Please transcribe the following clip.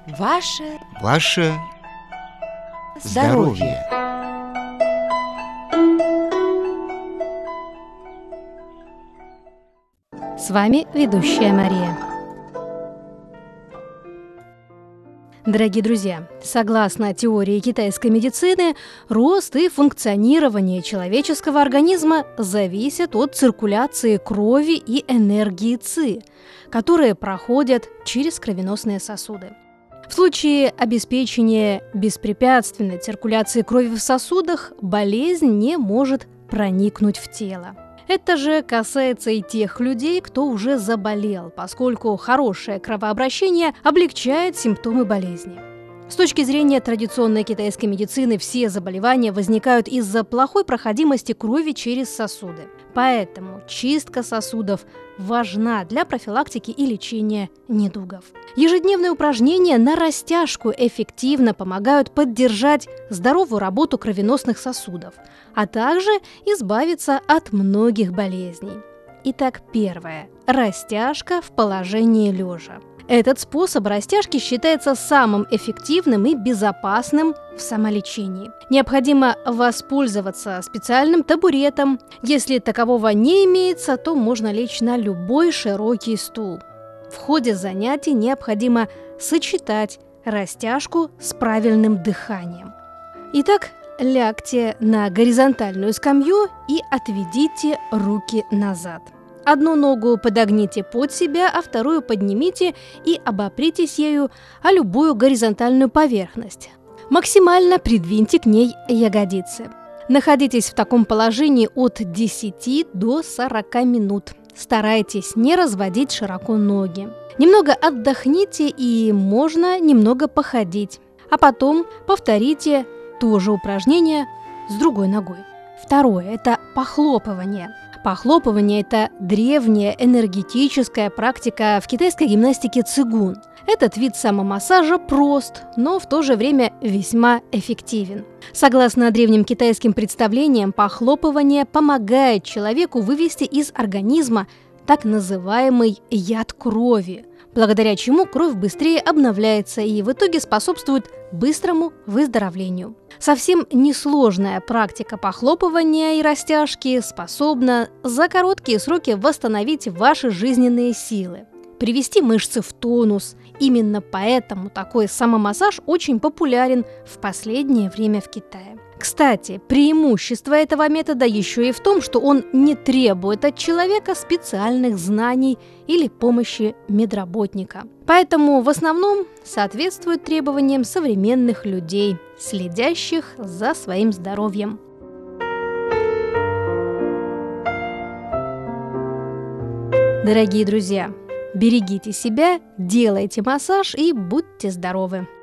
Ваше здоровье. С вами ведущая Мария. Дорогие друзья, согласно теории китайской медицины, рост и функционирование человеческого организма зависят от циркуляции крови и энергии ЦИ, которые проходят через кровеносные сосуды. В случае обеспечения беспрепятственной циркуляции крови в сосудах болезнь не может проникнуть в тело. Это же касается и тех людей, кто уже заболел, поскольку хорошее кровообращение облегчает симптомы болезни. С точки зрения традиционной китайской медицины, все заболевания возникают из-за плохой проходимости крови через сосуды. Поэтому чистка сосудов важна для профилактики и лечения недугов. Ежедневные упражнения на растяжку эффективно помогают поддержать здоровую работу кровеносных сосудов, а также избавиться от многих болезней. Итак, первое. Растяжка в положении лежа. Этот способ растяжки считается самым эффективным и безопасным в самолечении. Необходимо воспользоваться специальным табуретом. Если такового не имеется, то можно лечь на любой широкий стул. В ходе занятий необходимо сочетать растяжку с правильным дыханием. Итак, лягте на горизонтальную скамью и отведите руки назад. Одну ногу подогните под себя, а вторую поднимите и обопритесь ею о любую горизонтальную поверхность. Максимально придвиньте к ней ягодицы. Находитесь в таком положении от 10 до 40 минут. Старайтесь не разводить широко ноги. Немного отдохните и можно немного походить. А потом повторите то же упражнение с другой ногой. Второе – это похлопывание. Похлопывание – это древняя энергетическая практика в китайской гимнастике цигун. Этот вид самомассажа прост, но в то же время весьма эффективен. Согласно древним китайским представлениям, похлопывание помогает человеку вывести из организма так называемый яд крови, благодаря чему кровь быстрее обновляется и в итоге способствует быстрому выздоровлению. Совсем несложная практика похлопывания и растяжки способна за короткие сроки восстановить ваши жизненные силы, привести мышцы в тонус. Именно поэтому такой самомассаж очень популярен в последнее время в Китае. Кстати, преимущество этого метода еще и в том, что он не требует от человека специальных знаний или помощи медработника. Поэтому в основном соответствует требованиям современных людей, следящих за своим здоровьем. Дорогие друзья, берегите себя, делайте массаж и будьте здоровы!